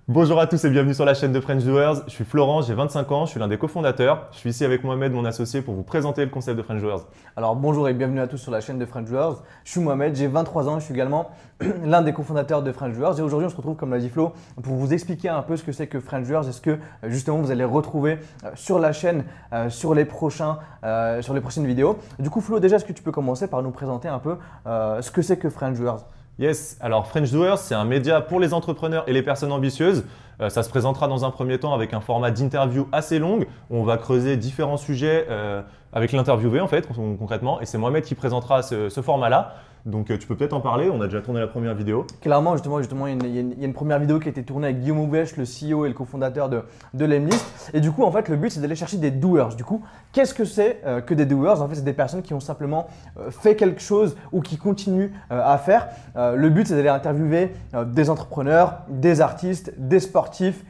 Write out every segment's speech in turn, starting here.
Bonjour à tous et bienvenue sur la chaîne de French Doers. Je suis Florent, j'ai 25 ans, je suis l'un des cofondateurs. Je suis ici avec Mohamed, mon associé, pour vous présenter le concept de French Doers. Alors bonjour et bienvenue à tous sur la chaîne de French Doers. Je suis Mohamed, j'ai 23 ans, je suis également l'un des cofondateurs de French Doers. Et aujourd'hui on se retrouve, comme l'a dit Flo, pour vous expliquer un peu ce que c'est que French Doers et ce que justement vous allez retrouver sur la chaîne sur les prochaines vidéos. Du coup Flo, déjà est-ce que tu peux commencer par nous présenter un peu ce que c'est que French Doers? Yes, alors French Doers, c'est un média pour les entrepreneurs et les personnes ambitieuses. Ça se présentera dans un premier temps avec un format d'interview assez long où on va creuser différents sujets avec l'interviewé en fait, concrètement. Et c'est Mohamed qui présentera ce format-là. Donc tu peux peut-être en parler, on a déjà tourné la première vidéo. Clairement, justement, il y a une première vidéo qui a été tournée avec Guillaume Houbèche, le CEO et le cofondateur de Lemlist. Et du coup, en fait, le but, c'est d'aller chercher des doers. Du coup, qu'est-ce que c'est que des doers? En fait, c'est des personnes qui ont simplement fait quelque chose ou qui continuent à faire. Le but, c'est d'aller interviewer des entrepreneurs, des artistes, des sportifs,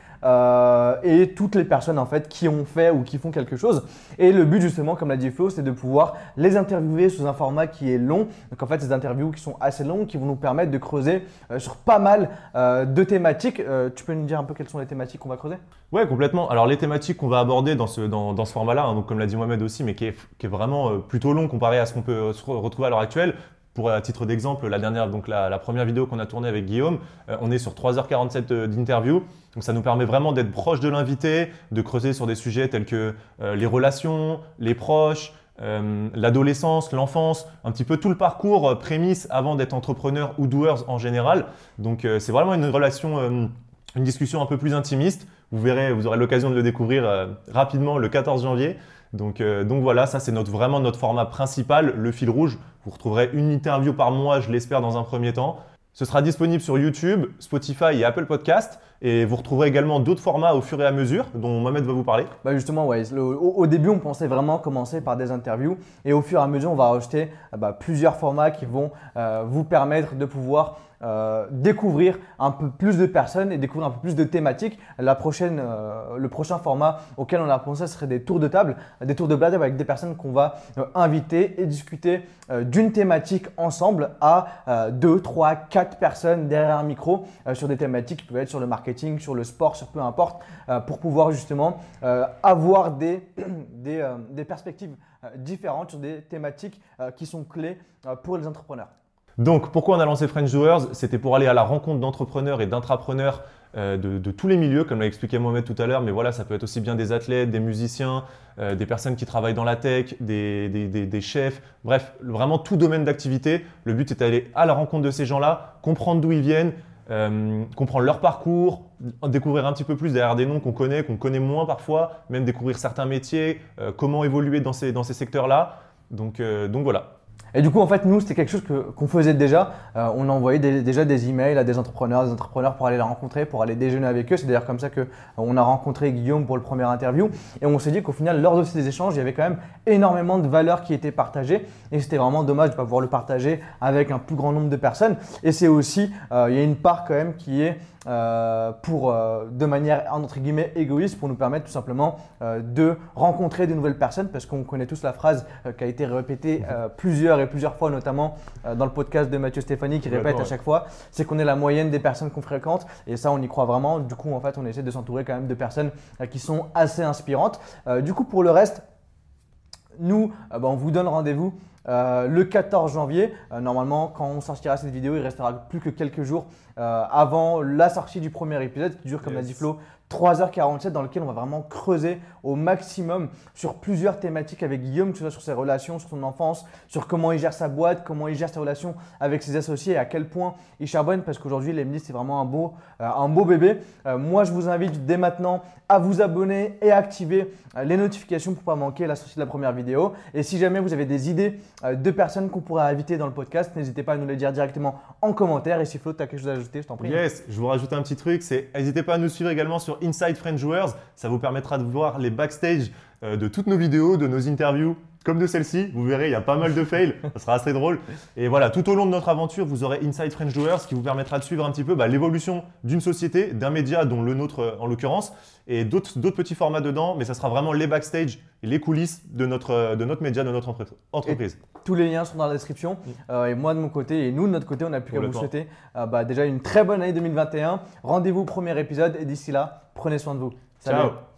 et toutes les personnes en fait qui ont fait ou qui font quelque chose. Et le but justement, comme l'a dit Flo, c'est de pouvoir les interviewer sous un format qui est long. Donc en fait, ces interviews qui sont assez longues, qui vont nous permettre de creuser sur pas mal de thématiques. Tu peux nous dire un peu quelles sont les thématiques qu'on va creuser? Ouais, complètement. Alors les thématiques qu'on va aborder dans ce format-là, hein, donc comme l'a dit Mohamed aussi, mais qui est vraiment plutôt long comparé à ce qu'on peut se retrouver à l'heure actuelle. Pour à titre d'exemple, la première vidéo qu'on a tournée avec Guillaume, on est sur 3h47 d'interview. Donc ça nous permet vraiment d'être proche de l'invité, de creuser sur des sujets tels que les relations, les proches, l'adolescence, l'enfance, un petit peu tout le parcours prémisse avant d'être entrepreneur ou doers en général. Donc c'est vraiment une discussion un peu plus intimiste. Vous verrez, vous aurez l'occasion de le découvrir rapidement le 14 janvier. Donc voilà, ça c'est vraiment notre format principal, le fil rouge. Vous retrouverez une interview par mois, je l'espère, dans un premier temps. Ce sera disponible sur YouTube, Spotify et Apple Podcast. Et vous retrouverez également d'autres formats au fur et à mesure dont Mohamed va vous parler. Bah justement, ouais, au début, on pensait vraiment commencer par des interviews. Et au fur et à mesure, on va rajouter plusieurs formats qui vont vous permettre de pouvoir découvrir un peu plus de personnes et découvrir un peu plus de thématiques. Le prochain format auquel on a pensé serait des tours de table avec des personnes qu'on va inviter et discuter d'une thématique ensemble à 2, 3, 4 personnes derrière un micro sur des thématiques qui peuvent être sur le marketing, sur le sport, sur peu importe, pour pouvoir justement avoir des perspectives différentes sur des thématiques qui sont clés pour les entrepreneurs. Donc, pourquoi on a lancé French Doers? C'était pour aller à la rencontre d'entrepreneurs et d'intrapreneurs de tous les milieux, comme l'a expliqué Mohamed tout à l'heure. Mais voilà, ça peut être aussi bien des athlètes, des musiciens, des personnes qui travaillent dans la tech, des chefs, bref, vraiment tout domaine d'activité. Le but est d'aller à la rencontre de ces gens-là, comprendre d'où ils viennent, comprendre leur parcours, découvrir un petit peu plus derrière des noms qu'on connaît moins parfois, même découvrir certains métiers, comment évoluer dans ces secteurs-là. Donc voilà. Et du coup, en fait, nous, c'était quelque chose qu'on faisait déjà. On envoyait déjà des emails à des entrepreneurs pour aller les rencontrer, pour aller déjeuner avec eux. C'est d'ailleurs comme ça qu'on a rencontré Guillaume pour le premier interview. Et on s'est dit qu'au final, lors de ces échanges, il y avait quand même énormément de valeurs qui étaient partagées. Et c'était vraiment dommage de ne pas pouvoir le partager avec un plus grand nombre de personnes. Et c'est aussi, il y a une part quand même qui est de manière entre guillemets égoïste pour nous permettre tout simplement de rencontrer de nouvelles personnes, parce qu'on connaît tous la phrase qui a été répétée plusieurs fois, notamment dans le podcast de Mathieu Stéphanie qui répète à chaque fois, c'est qu'on est la moyenne des personnes qu'on fréquente, et ça on y croit vraiment. Du coup en fait on essaie de s'entourer quand même de personnes qui sont assez inspirantes. Du coup pour le reste, nous on vous donne rendez-vous le 14 janvier. Normalement, quand on sortira cette vidéo, il restera plus que quelques jours avant la sortie du premier épisode qui dure, comme l'a dit Flo, 3h47, dans lequel on va vraiment creuser au maximum sur plusieurs thématiques avec Guillaume, que ce soit sur ses relations, sur son enfance, sur comment il gère sa boîte, comment il gère ses relations avec ses associés et à quel point il charbonne, parce qu'aujourd'hui, Lemlist, c'est vraiment un beau bébé. Moi, je vous invite dès maintenant à vous abonner et à activer les notifications pour ne pas manquer la sortie de la première vidéo. Et si jamais vous avez des idées de personnes qu'on pourrait inviter dans le podcast, n'hésitez pas à nous les dire directement en commentaire. Et si Flo, tu as quelque chose à ajouter, je t'en prie. Yes, je vous rajoute un petit truc, n'hésitez pas à nous suivre également sur Inside French Doers. Ça vous permettra de voir les backstage de toutes nos vidéos, de nos interviews comme de celle-ci. Vous verrez, il y a pas mal de fails. Ça sera assez drôle. Et voilà, tout au long de notre aventure, vous aurez Inside French Doers qui vous permettra de suivre un petit peu l'évolution d'une société, d'un média, dont le nôtre en l'occurrence, et d'autres petits formats dedans. Mais ça sera vraiment les backstage et les coulisses de notre média, de notre entreprise. Et tous les liens sont dans la description. Et moi de mon côté et nous de notre côté, on n'a plus qu'à vous souhaiter déjà une très bonne année 2021. Rendez-vous au premier épisode et d'ici là, prenez soin de vous. Salut. Ciao.